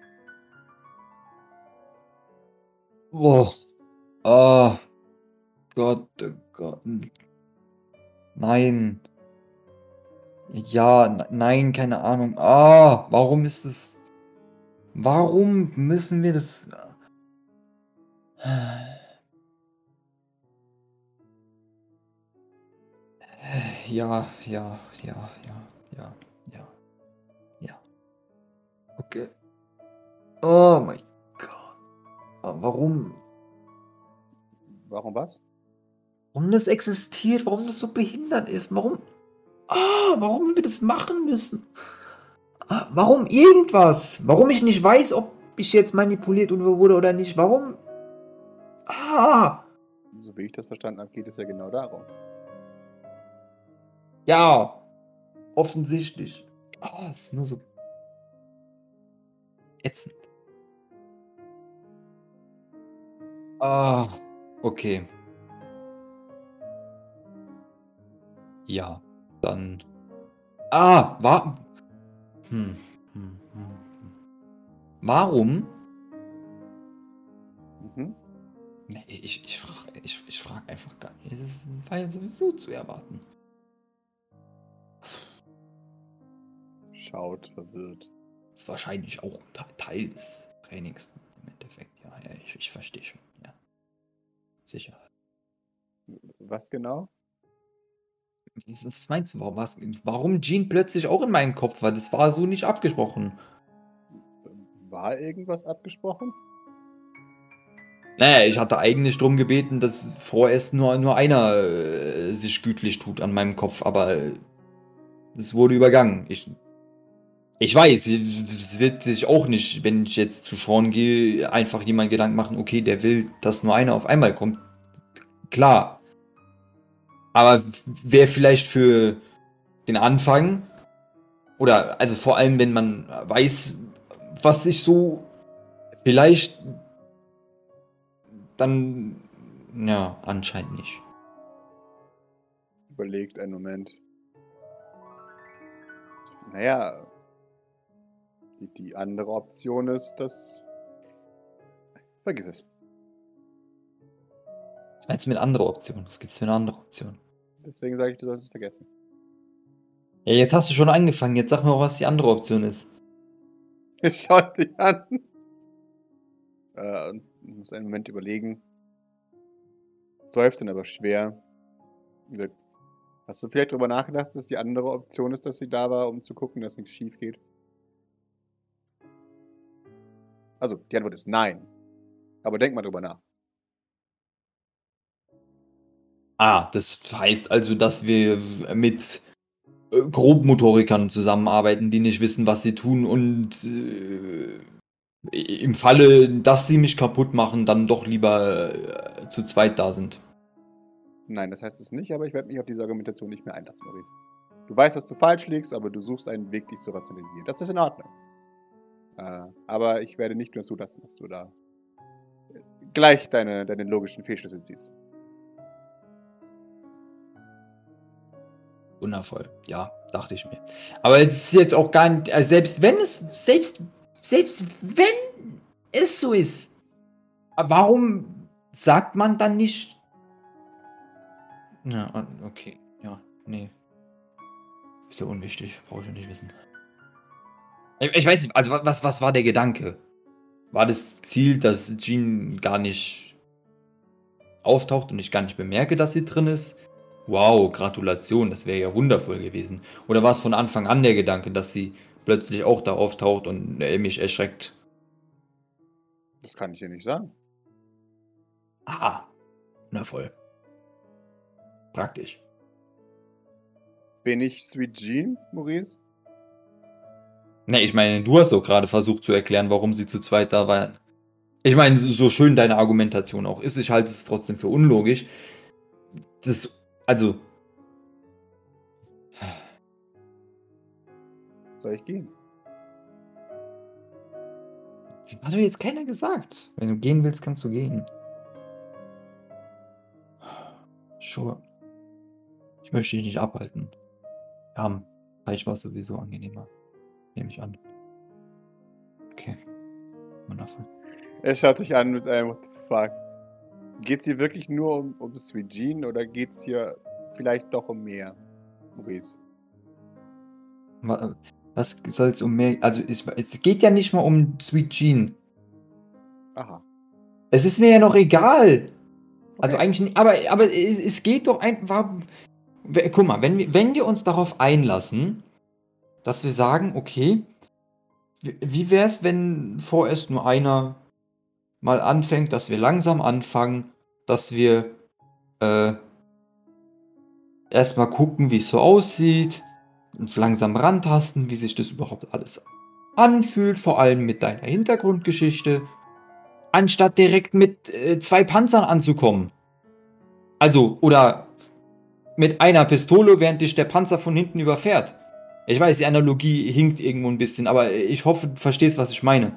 Boah. Ah, Gott, oh Gott. Nein. Ja, n- nein, keine Ahnung. Ah, warum ist es. Warum müssen wir das. Ja, ja, ja, ja, ja, ja, ja. Okay. Oh mein Gott. Ah, Warum? Warum was? Warum das existiert? Warum das so behindert ist? Warum. Ah, warum wir das machen müssen? Ah, warum irgendwas? Warum ich nicht weiß, ob ich jetzt manipuliert wurde oder nicht? Warum? Ah! So wie ich das verstanden habe, geht es ja genau darum. Ja, offensichtlich. Ah, es ist nur so ätzend. Ah, okay. Ja, dann. Ah, wa hm, hm, hm, hm. Warum? Mhm. Ne, ich ich frage ich ich frage einfach gar nicht. Es war ja sowieso zu erwarten. Schaut verwirrt. Ist wahrscheinlich auch 'n Te Teil des Trainings im Endeffekt. Ja, ja, ich ich verstehe schon, ja. Sicher. Was genau? Was was meinst du, warum was warum Jean plötzlich auch in meinem Kopf war? Das war so nicht abgesprochen. War irgendwas abgesprochen? Na ja, ich hatte eigentlich drum gebeten, dass vorerst nur nur einer, äh, sich gütlich tut an meinem Kopf, aber, äh, es wurde übergangen. Ich ich weiß, es wird sich auch nicht, wenn ich jetzt zu Sean gehe, einfach jemand Gedanken machen: „Okay, der will, dass nur einer auf einmal kommt.“ Klar, aber wäre vielleicht für den Anfang oder also vor allem, wenn man weiß, was ich so vielleicht dann ja, anscheinend nicht. Überlegt einen Moment. Naja, die, die andere Option ist, dass. Vergiss es. Was meinst du mit anderer Option? Was gibt's für eine andere Option? Deswegen sage ich, du solltest es vergessen. Ja, jetzt hast du schon angefangen. Jetzt sag mir auch, was die andere Option ist. Schaut dich an. Äh, und muss einen Moment überlegen. Seufzt dann aber schwer. Sagt, hast du vielleicht darüber nachgedacht, dass die andere Option ist, dass sie da war, um zu gucken, dass nichts schief geht? Also, die Antwort ist nein. Aber denk mal drüber nach. Ah, das heißt also, dass wir w mit, äh, Grobmotorikern zusammenarbeiten, die nicht wissen, was sie tun und, äh, i im Falle, dass sie mich kaputt machen, dann doch lieber, äh, zu zweit da sind. Nein, das heißt es nicht, aber ich werde mich auf diese Argumentation nicht mehr einlassen, Maurice. Du weißt, dass du falsch liegst, aber du suchst einen Weg, dich zu rationalisieren. Das ist in Ordnung. Äh, aber ich werde nicht mehr zulassen, dass du da äh, gleich deine, deine logischen Fehlschlüsse ziehst. Wundervoll. Ja, dachte ich mir. Aber es ist jetzt auch gar nicht, also selbst wenn es selbst selbst wenn es so ist, warum sagt man dann nicht Ja, ah, okay. Ja, nee. Ist ja unwichtig, brauche ich ja nicht wissen. Ich ich weiß nicht, also wa was was war der Gedanke? War das Ziel, dass Jean gar nicht auftaucht und ich gar nicht bemerke, dass sie drin ist? Wow, Gratulation, das wäre ja wundervoll gewesen. Oder war es von Anfang an der Gedanke, dass sie plötzlich auch da auftaucht und, äh, mich erschreckt? Das kann ich dir nicht sagen. Aha, wundervoll. Praktisch. Bin ich Sweet Jean, Maurice? Ne, ich meine, du hast doch gerade versucht zu erklären, warum sie zu zweit da waren. Ich meine, so so schön deine Argumentation auch ist, ich halte es trotzdem für unlogisch. Das also Soll ich gehen? Das hat doch jetzt keiner gesagt. Wenn du gehen willst, kannst du gehen. Sure. Ich möchte dich nicht abhalten. Ja, vielleicht war es sowieso angenehmer. Nehme ich an. Okay. Wundervoll. Er schaut dich an mit einem What the fuck. Geht's hier wirklich nur um, um Sweet Jean oder geht's hier vielleicht doch um mehr, Maurice? Wa was soll's um mehr also, es es geht ja nicht mal um Sweet Jean. Aha. Es ist mir ja noch egal. Also, Okay. eigentlich aber aber es es geht doch einfach we guck mal, wenn wir wenn wir uns darauf einlassen, dass wir sagen: „Okay, w wie wär's, wenn vorerst nur einer mal anfängt, dass wir langsam anfangen, dass wir, äh erst mal gucken, wie's so aussieht, uns langsam rantasten, wie sich das überhaupt alles anfühlt, vor allem mit deiner Hintergrundgeschichte, anstatt direkt mit, äh, zwei Panzern anzukommen. Also, oder mit einer Pistole, während dich der Panzer von hinten überfährt. Ich weiß, die Analogie hinkt irgendwo 'n bisschen, aber ich hoffe, du verstehst, was ich meine.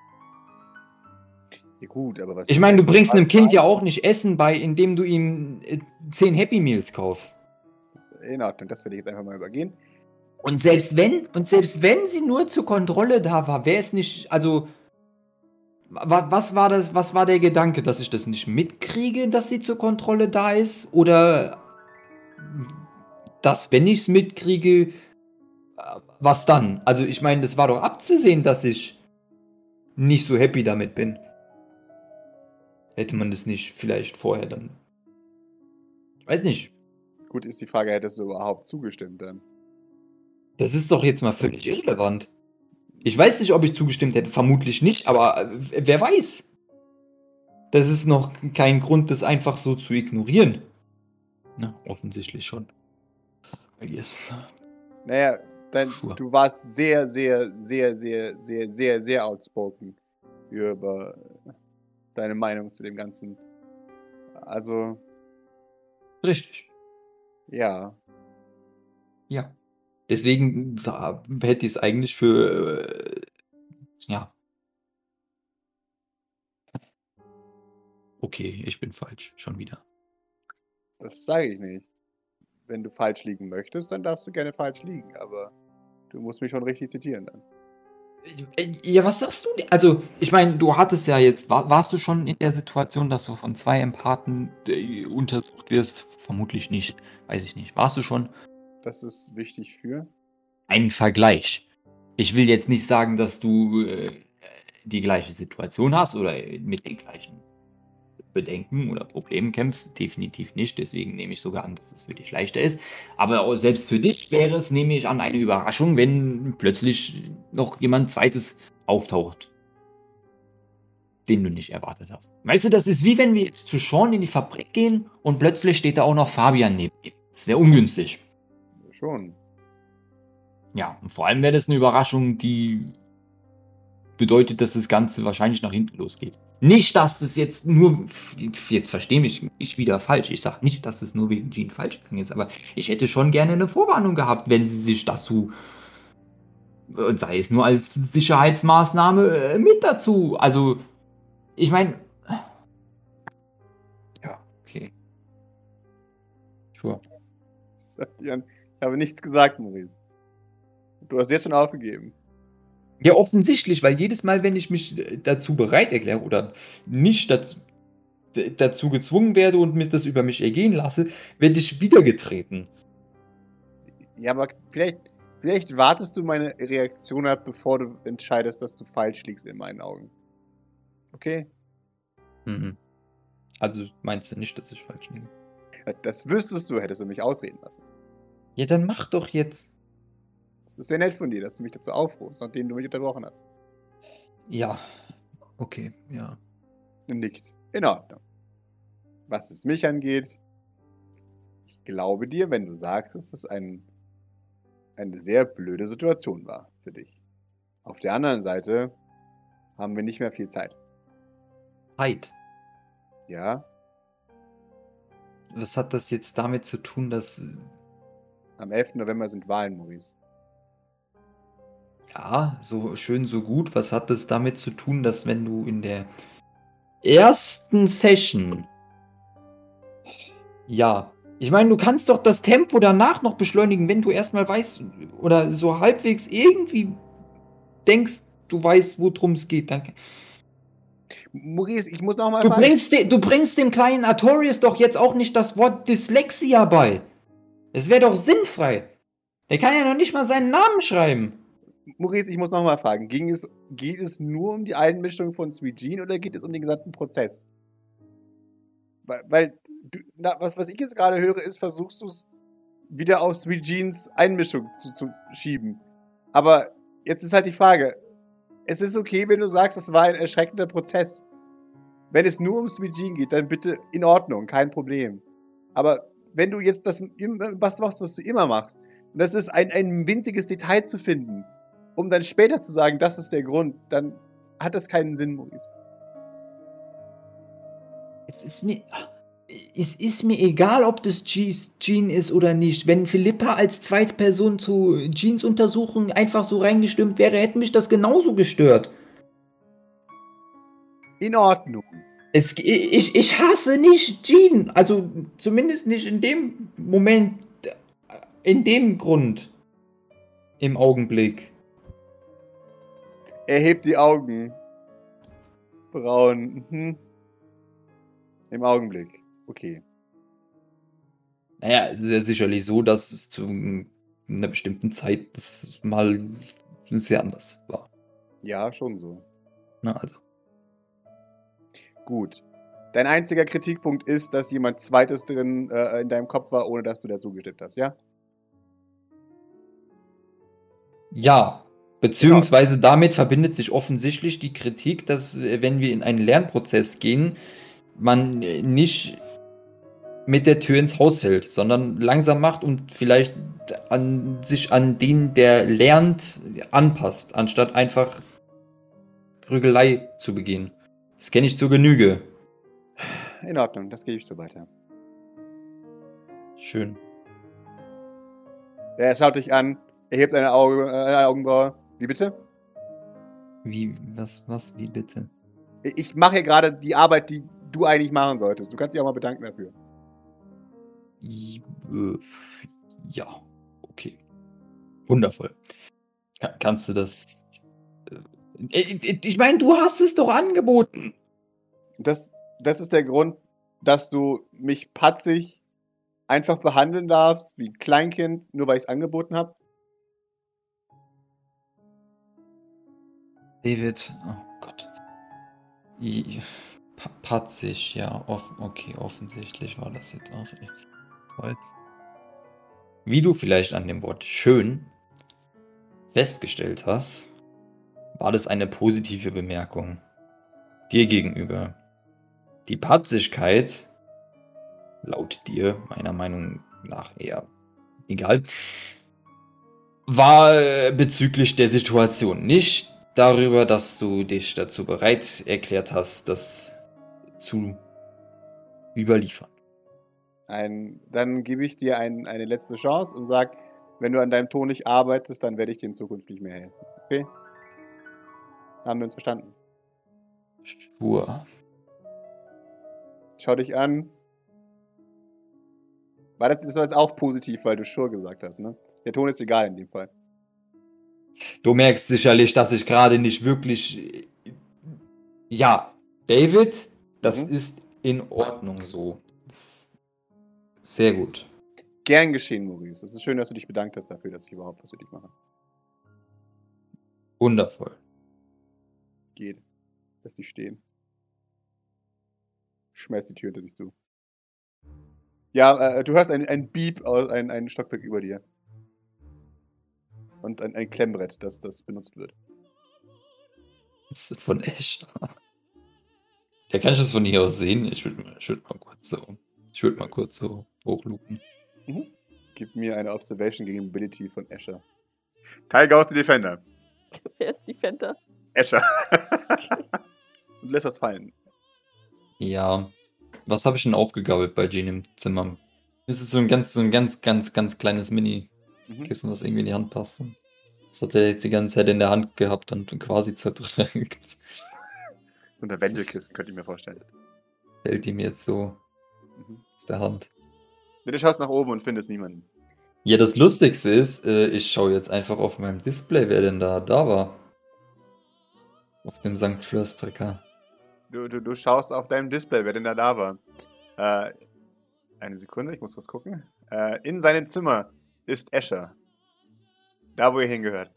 Ja gut, aber was Ich du meine, du jetzt bringst 'nem Kind ja meinst auch nicht Essen bei, indem du ihm, äh, zehn Happy Meals kaufst. In Ordnung, das werde ich jetzt einfach mal übergehen. Und selbst wenn und selbst wenn sie nur zur Kontrolle da war, wäre es nicht also wa was war das was war der Gedanke, dass ich das nicht mitkriege, dass sie zur Kontrolle da ist? Oder dass, wenn ich's mitkriege, äh, was dann? Also, ich meine, das war doch abzusehen, dass ich nicht so happy damit bin. Hätte man das nicht vielleicht vorher dann weiß nicht. Gut, ist die Frage, hättest du überhaupt zugestimmt dann? Das ist doch jetzt mal völlig irrelevant. Ich weiß nicht, ob ich zugestimmt hätte, vermutlich nicht, aber w wer weiß? Das ist noch kein Grund, das einfach so zu ignorieren. Ne, offensichtlich schon. I guess. Na ja, dann Sure. du warst sehr, sehr, sehr, sehr, sehr, sehr, sehr outspoken über deine Meinung zu dem Ganzen. Also Richtig. Ja. Ja. Deswegen da hätte ich's eigentlich für, äh ja. Okay, ich bin falsch, schon wieder. Das sage ich nicht. Wenn du falsch liegen möchtest, dann darfst du gerne falsch liegen, aber du musst mich schon richtig zitieren dann. Äh, ja, was sagst du de also, ich meine, du hattest ja jetzt wa warst du schon in der Situation, dass du von zwei Empathen d untersucht wirst? Vermutlich nicht, weiß ich nicht. Warst du schon? Das ist wichtig für? Ein Vergleich. Ich will jetzt nicht sagen, dass du, äh, die gleiche Situation hast oder mit den gleichen Bedenken oder Problemen kämpfst, definitiv nicht. Deswegen nehme ich sogar an, dass es für dich leichter ist. Aber au selbst für dich wäre es, nehme ich an, eine Überraschung, wenn plötzlich noch jemand Zweites auftaucht den du nicht erwartet hast. Weißt du, das ist wie wenn wir jetzt zu Sean in die Fabrik gehen und plötzlich steht da auch noch Fabian neben ihm. Das wäre ungünstig. Schon. Ja, und vor allem wäre das 'ne Überraschung, die bedeutet, dass das Ganze wahrscheinlich nach hinten losgeht. Nicht, dass das jetzt nur f jetzt verstehe mich nicht wieder falsch. Ich sage nicht, dass es nur wegen Jean falsch gegangen ist, aber ich hätte schon gerne 'ne Vorwarnung gehabt, wenn sie sich dazu äh, sei es nur als Sicherheitsmaßnahme, äh, mit dazu also, ich meine ja, okay. Sure. Jan, ich habe nichts gesagt, Maurice. Du hast jetzt schon aufgegeben. Ja, offensichtlich, weil jedes Mal, wenn ich mich, äh, dazu bereit erkläre oder nicht dazu d dazu gezwungen werde und mir das über mich ergehen lasse, werde ich wiedergetreten. Ja, aber vielleicht vielleicht wartest du meine Reaktion ab, bevor du entscheidest, dass du falsch liegst in meinen Augen. Okay? Mhm. Also, meinst du nicht, dass ich falsch liege? Ja, das wüsstest du, hättest du mich ausreden lassen. Ja, dann mach doch jetzt. Das ist sehr nett von dir, dass du mich dazu aufrufst, nachdem du mich unterbrochen hast. Ja, okay, ja. Nix. In Ordnung. Was es mich angeht, ich glaube dir, wenn du sagst, dass es ein eine sehr blöde Situation war für dich. Auf der anderen Seite haben wir nicht mehr viel Zeit. Zeit. Ja? Was hat das jetzt damit zu tun, dass Am elften November sind Wahlen, Maurice. ja, so schön, so gut. Was hat das damit zu tun, dass wenn du in der ersten Session ja, ich meine, du kannst doch das Tempo danach noch beschleunigen, wenn du erst mal weißt oder so halbwegs irgendwie denkst, du weißt, worum es geht. Dann Maurice, ich muss noch mal du fragen. bringst, de, du bringst dem kleinen Artorius doch jetzt auch nicht das Wort Dyslexia bei. Es wäre doch sinnfrei. Der kann ja noch nicht mal seinen Namen schreiben. Maurice, ich muss noch mal fragen. Ging es, geht es nur um die Einmischung von Sweet Jean oder geht es um den gesamten Prozess? Weil, weil du, na, was, was ich jetzt gerade höre, ist, versuchst du es wieder auf Sweet Jeans Einmischung zu, zu schieben. Aber jetzt ist halt die Frage, es ist okay, wenn du sagst, es war ein erschreckender Prozess. Wenn es nur um Sweet Jean geht, dann bitte in Ordnung, kein Problem. Aber wenn du jetzt das was machst, was du immer machst, und das ist ein, ein winziges Detail zu finden, um dann später zu sagen, das ist der Grund, dann hat das keinen Sinn, Maurice. Es ist mir, es ist mir egal, ob das Jean ist oder nicht. Wenn Philippa als zweite Person zu Jeans Untersuchung einfach so reingestimmt wäre, hätte mich das genauso gestört. In Ordnung. Es, ich, ich hasse nicht Jean. Also zumindest nicht in dem Moment, in dem Grund. Im Augenblick. Er hebt die Augen. Braun. Mhm. Im Augenblick. Okay. Naja, es ist ja sicherlich so, dass es zu einer bestimmten Zeit das mal sehr anders war. Ja, schon so. Na, also. Gut. Dein einziger Kritikpunkt ist, dass jemand Zweites drin äh, in deinem Kopf war, ohne dass du dazu gestimmt hast, ja? Ja, beziehungsweise damit verbindet sich offensichtlich die Kritik, dass, wenn wir in einen Lernprozess gehen, man nicht mit der Tür ins Haus fällt, sondern langsam macht und vielleicht an sich an den, der lernt, anpasst, anstatt einfach Prügelei zu begehen. Das kenne ich zur Genüge. In Ordnung, das gebe ich so weiter. Schön. Er schaut dich an, er hebt eine, Auge, äh, eine Augenbraue. Wie bitte? Wie, was, was, wie bitte? Ich mache hier gerade die Arbeit, die du eigentlich machen solltest. Du kannst dich auch mal bedanken dafür. Ja, okay. Wundervoll. Ka- kannst du das... Äh, ich meine, du hast es doch angeboten. Das, das ist der Grund, dass du mich patzig einfach behandeln darfst, wie ein Kleinkind, nur weil ich es angeboten habe? David, oh Gott. I, pa patzig, ja. Off okay, offensichtlich war das jetzt auch voll. Wie du vielleicht an dem Wort schön festgestellt hast, war das eine positive Bemerkung dir gegenüber. Die Patzigkeit, laut dir, meiner Meinung nach eher egal, war äh, bezüglich der Situation, nicht darüber, dass du dich dazu bereit erklärt hast, das zu überliefern. Ein, dann gebe ich dir ein, eine letzte Chance und sag, wenn du an deinem Ton nicht arbeitest, dann werde ich dir in Zukunft nicht mehr helfen. Okay? Haben wir uns verstanden? Sure. Schau dich an. War das, das war jetzt auch positiv, weil du sure gesagt hast, ne? Der Ton ist egal in dem Fall. Du merkst sicherlich, dass ich gerade nicht wirklich... Ja, David, das Mhm. ist in Ordnung so. Sehr gut. Gern geschehen, Maurice. Es ist schön, dass du dich bedankt hast dafür, dass ich überhaupt was für dich mache. Wundervoll. Geht. Lass dich stehen. Schmeiß die Tür hinter sich zu. Ja, äh, du hörst ein, ein Beep, aus, ein, ein Stockwerk über dir. Und ein, ein Klemmbrett, das, das benutzt wird. Das ist von Escher. Ja, kann ich das von hier aus sehen? Ich würde ich würd mal kurz so. Ich würde mal kurz so hochlupen. Mhm. Gib mir eine Observation gegen Ability von Escher. Tiger aus die Defender. Wer ist die Fenta? Escher. Und lässt das fallen. Ja. Was habe ich denn aufgegabelt bei Jean im Zimmer? Es ist so ein ganz, so ein ganz, ganz, ganz kleines Mini-Kissen, Mhm. was irgendwie in die Hand passt. Das hat er jetzt die ganze Zeit in der Hand gehabt und quasi zerdrückt. So ein Wendelkissen, könnt ihr mir vorstellen. Fällt ihm jetzt so Mhm. aus der Hand. Du schaust nach oben und findest niemanden. Ja, das Lustigste ist, äh, ich schaue jetzt einfach auf meinem Display, wer denn da da war. Auf dem Sankt Flörs-Trecker. Du, du, du schaust auf deinem Display, wer denn da da war. Äh, eine Sekunde, ich muss was gucken. Äh, in seinem Zimmer ist Escher. Da, wo er hingehört.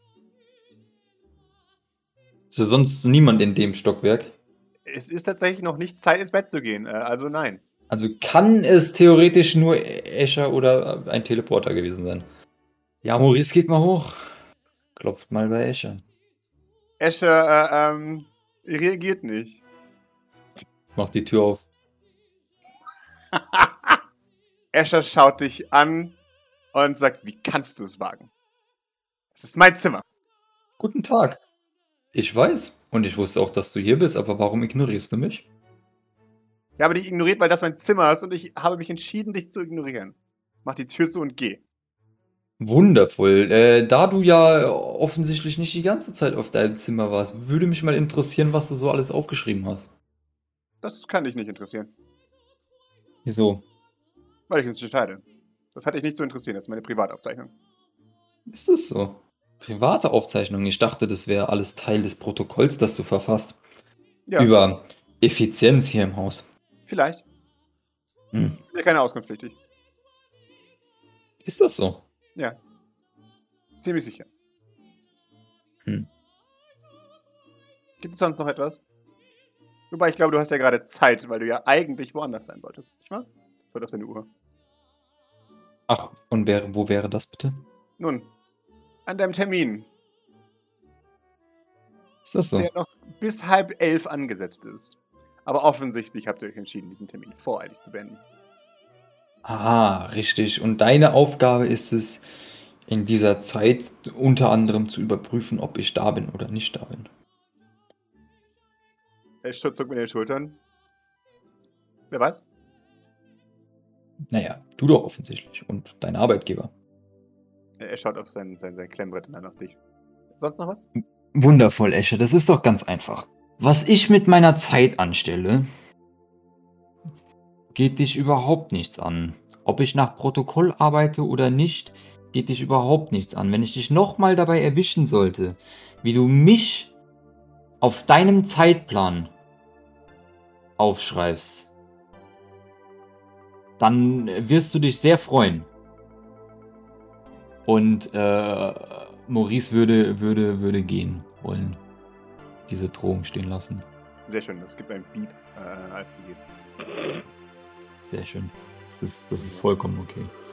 Ist ja sonst niemand in dem Stockwerk? Es ist tatsächlich noch nicht Zeit, ins Bett zu gehen. Äh, also nein. Also kann es theoretisch nur Escher oder ein Teleporter gewesen sein. Ja, Maurice, geht mal hoch. Klopft mal bei Escher. Escher äh, ähm, reagiert nicht. Macht die Tür auf. Escher schaut dich an und sagt, wie kannst du es wagen? Es ist mein Zimmer. Guten Tag. Ich weiß. Und ich wusste auch, dass du hier bist, aber warum ignorierst du mich? Ich habe dich ignoriert, weil das mein Zimmer ist und ich habe mich entschieden, dich zu ignorieren. Mach die Tür zu und geh. Wundervoll. Äh, da du ja offensichtlich nicht die ganze Zeit auf deinem Zimmer warst, würde mich mal interessieren, was du so alles aufgeschrieben hast. Das kann dich nicht interessieren, Wieso? weil ich es entscheide. Das hat dich nicht zu interessieren, das ist meine Privataufzeichnung. Ist das so? Private Aufzeichnung. Ich dachte, das wäre alles Teil des Protokolls, das du verfasst. Ja, Über Effizienz hier im Haus. vielleicht. Hm. Ich bin ja keine auskunftspflichtig. Ist das so? Ja. Ziemlich sicher. Hm. Gibt es sonst noch etwas? Wobei, ich glaube, du hast ja gerade Zeit, weil du ja eigentlich woanders sein solltest. Nicht wahr? Vor auf deine Uhr. Ach, und wäre, wo wäre das bitte? Nun, an deinem Termin, Ist das so? der noch bis halb elf angesetzt ist. Aber offensichtlich habt ihr euch entschieden, diesen Termin voreilig zu beenden. Ah, richtig. Und deine Aufgabe ist es, in dieser Zeit unter anderem zu überprüfen, ob ich da bin oder nicht da bin. Er zuckt mit den Schultern. Wer weiß? Naja, du doch offensichtlich. Und dein Arbeitgeber. Er er schaut auf sein, sein, sein Klemmbrett und dann auf dich. Sonst noch was? Wundervoll, Esche. Das ist doch ganz einfach. Was ich mit meiner Zeit anstelle, geht dich überhaupt nichts an. Ob ich nach Protokoll arbeite oder nicht, geht dich überhaupt nichts an. Wenn ich dich nochmal dabei erwischen sollte, wie du mich auf deinem Zeitplan aufschreibst, dann wirst du dich sehr freuen. Und äh, Maurice würde, würde, würde gehen wollen. Diese Drohung stehen lassen. Sehr schön, es gibt ein Beep, äh, als du gehst. Sehr schön. Das ist, das ist vollkommen okay.